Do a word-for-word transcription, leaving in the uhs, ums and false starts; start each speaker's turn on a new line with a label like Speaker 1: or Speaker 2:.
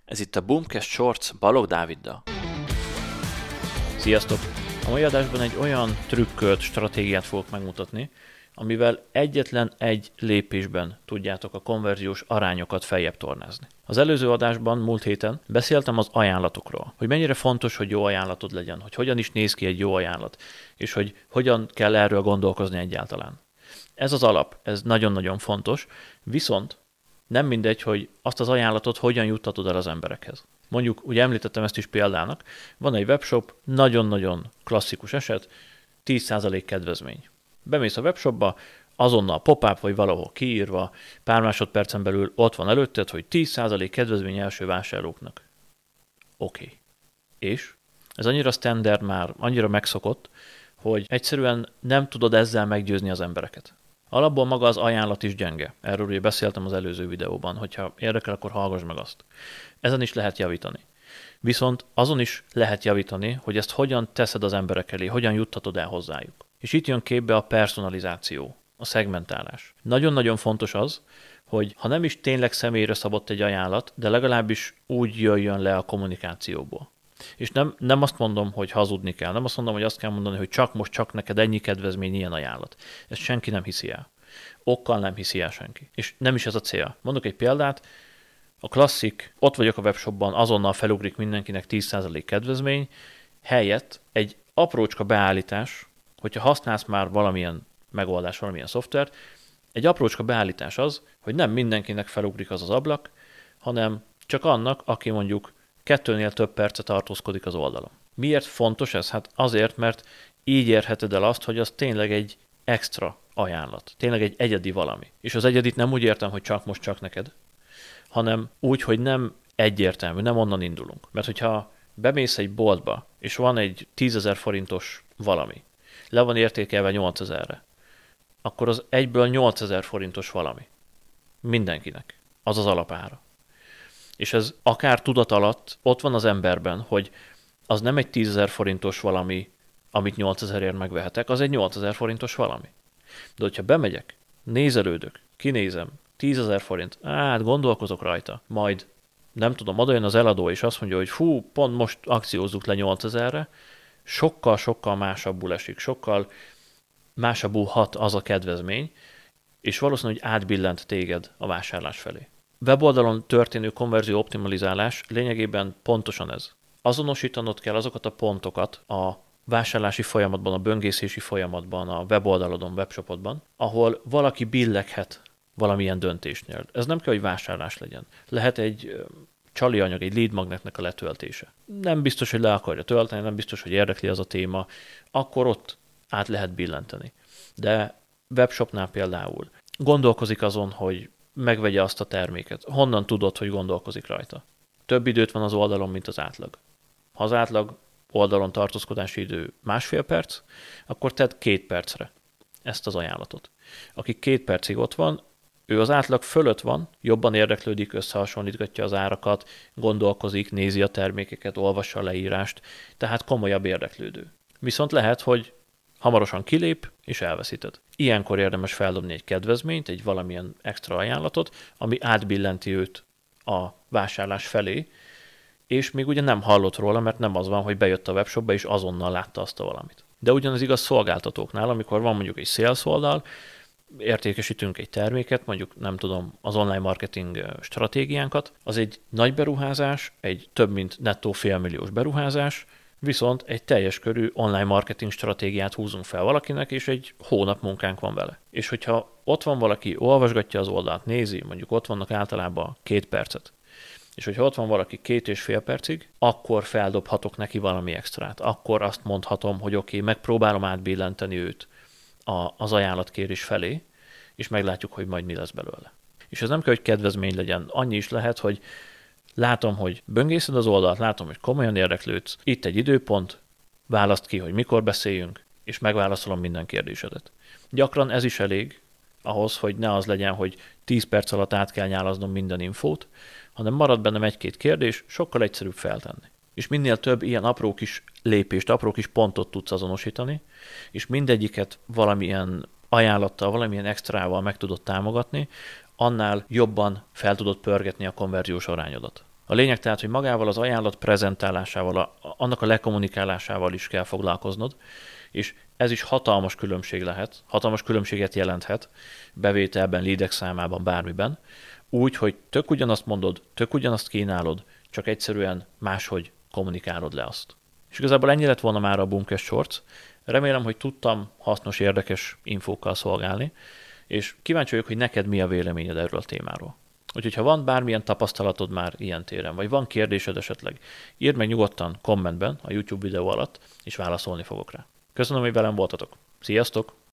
Speaker 1: Ez itt a Boomcast Shorts Balogh Dáviddal.
Speaker 2: Sziasztok! A mai adásban egy olyan trükköt, stratégiát fogok megmutatni, amivel egyetlen egy lépésben tudjátok a konverziós arányokat feljebb tornázni. Az előző adásban, múlt héten beszéltem az ajánlatokról, hogy mennyire fontos, hogy jó ajánlatod legyen, hogy hogyan is néz ki egy jó ajánlat, és hogy hogyan kell erről gondolkozni egyáltalán. Ez az alap, ez nagyon-nagyon fontos, viszont nem mindegy, hogy azt az ajánlatot hogyan juttatod el az emberekhez. Mondjuk, ugye említettem ezt is példának, van egy webshop, nagyon-nagyon klasszikus eset, tíz százalék kedvezmény. Bemész a webshopba, azonnal pop-up vagy valahol kiírva, pár másodpercen belül ott van előtted, hogy tíz százalék kedvezmény első vásárlóknak. Oké. Okay. És? Ez annyira standard már, annyira megszokott, hogy egyszerűen nem tudod ezzel meggyőzni az embereket. Alapból maga az ajánlat is gyenge. Erről ugye beszéltem az előző videóban, hogyha érdekel, akkor hallgass meg azt. Ezen is lehet javítani. Viszont azon is lehet javítani, hogy ezt hogyan teszed az emberek elé, hogyan juttatod el hozzájuk. És itt jön képbe a personalizáció, a szegmentálás. Nagyon-nagyon fontos az, hogy ha nem is tényleg személyre szabott egy ajánlat, de legalábbis úgy jöjjön le a kommunikációból. És nem, nem azt mondom, hogy hazudni kell, nem azt mondom, hogy azt kell mondani, hogy csak most, csak neked ennyi kedvezmény, ilyen ajánlat. Ezt senki nem hiszi el. Okkal nem hiszi el senki. És nem is ez a cél. Mondok egy példát, a klasszik, ott vagyok a webshopban, azonnal felugrik mindenkinek tíz százalék kedvezmény, helyett egy aprócska beállítás, hogyha használsz már valamilyen megoldás, valamilyen szoftvert, egy aprócska beállítás az, hogy nem mindenkinek felugrik az az ablak, hanem csak annak, aki mondjuk kettőnél több percet tartózkodik az oldalon. Miért fontos ez? Hát azért, mert így érheted el azt, hogy az tényleg egy extra ajánlat. Tényleg egy egyedi valami. És az egyedit nem úgy értem, hogy csak most, csak neked, hanem úgy, hogy nem egyértelmű, nem onnan indulunk. Mert hogyha bemész egy boltba, és van egy tízezer forintos valami, le van értékelve nyolcezerre, akkor az egyből nyolcezer forintos valami. Mindenkinek. Az az alapára. És ez akár tudat alatt ott van az emberben, hogy az nem egy tízezer forintos valami, amit nyolcezerért megvehetek, az egy nyolcezer forintos valami. De hogyha bemegyek, nézelődök, kinézem, tízezer forint, hát gondolkozok rajta, majd nem tudom, odajön az eladó, és azt mondja, hogy fú, pont most akciózzuk le nyolcezerre, sokkal-sokkal másabbul esik, sokkal másabbul hat az a kedvezmény, és valószínűleg átbillent téged a vásárlás felé. Weboldalon történő konverzió optimalizálás lényegében pontosan ez. Azonosítanod kell azokat a pontokat a vásárlási folyamatban, a böngészési folyamatban, a weboldalodon, webshopodban, ahol valaki billeghet valamilyen döntésnél. Ez nem kell, hogy vásárlás legyen. Lehet egy csali anyag, egy lead magnetnek a letöltése. Nem biztos, hogy le akarja tölteni, nem biztos, hogy érdekli az a téma, akkor ott át lehet billenteni. De webshopnál például gondolkozik azon, hogy megvegye azt a terméket. Honnan tudod, hogy gondolkozik rajta? Több időt van az oldalon, mint az átlag. Ha az átlag oldalon tartózkodási idő másfél perc, akkor tedd két percre ezt az ajánlatot. Aki két percig ott van, ő az átlag fölött van, jobban érdeklődik, összehasonlítgatja az árakat, gondolkozik, nézi a termékeket, olvassa a leírást, tehát komolyabb érdeklődő. Viszont lehet, hogy hamarosan kilép, és elveszíted. Ilyenkor érdemes feldobni egy kedvezményt, egy valamilyen extra ajánlatot, ami átbillenti őt a vásárlás felé, és még ugye nem hallott róla, mert nem az van, hogy bejött a webshopba, és azonnal látta azt a valamit. De ugyanaz igaz szolgáltatóknál, amikor van mondjuk egy sales oldal, értékesítünk egy terméket, mondjuk nem tudom, az online marketing stratégiánkat, az egy nagy beruházás, egy több mint nettó félmilliós beruházás, viszont egy teljes körű online marketing stratégiát húzunk fel valakinek, és egy hónap munkánk van vele. És hogyha ott van valaki, olvasgatja az oldalt, nézi, mondjuk ott vannak általában két percet, és hogyha ott van valaki két és fél percig, akkor feldobhatok neki valami extrát. Akkor azt mondhatom, hogy oké, okay, megpróbálom átbillenteni őt a, az ajánlatkérés felé, és meglátjuk, hogy majd mi lesz belőle. És ez nem kell, hogy kedvezmény legyen. Annyi is lehet, hogy látom, hogy böngészed az oldalt, látom, hogy komolyan érdeklődsz, itt egy időpont, választ ki, hogy mikor beszéljünk, és megválaszolom minden kérdésedet. Gyakran ez is elég ahhoz, hogy ne az legyen, hogy tíz perc alatt át kell nyálaznom minden infót, hanem marad bennem egy-két kérdés, sokkal egyszerűbb feltenni. És minél több ilyen apró kis lépést, apró kis pontot tudsz azonosítani, és mindegyiket valamilyen ajánlattal, valamilyen extrával meg tudod támogatni, annál jobban fel tudod pörgetni a konverziós arányodat. A lényeg tehát, hogy magával az ajánlat prezentálásával, a, annak a lekommunikálásával is kell foglalkoznod, és ez is hatalmas különbség lehet, hatalmas különbséget jelenthet bevételben, leadek számában, bármiben, úgy, hogy tök ugyanazt mondod, tök ugyanazt kínálod, csak egyszerűen máshogy kommunikálod le azt. És igazából ennyi lett volna már a Boomcast Shorts. Remélem, hogy tudtam hasznos, érdekes infókkal szolgálni, és kíváncsi vagyok, hogy neked mi a véleményed erről a témáról. Úgyhogy ha van bármilyen tapasztalatod már ilyen téren, vagy van kérdésed esetleg, írd meg nyugodtan kommentben a YouTube videó alatt, és válaszolni fogok rá. Köszönöm, hogy velem voltatok. Sziasztok!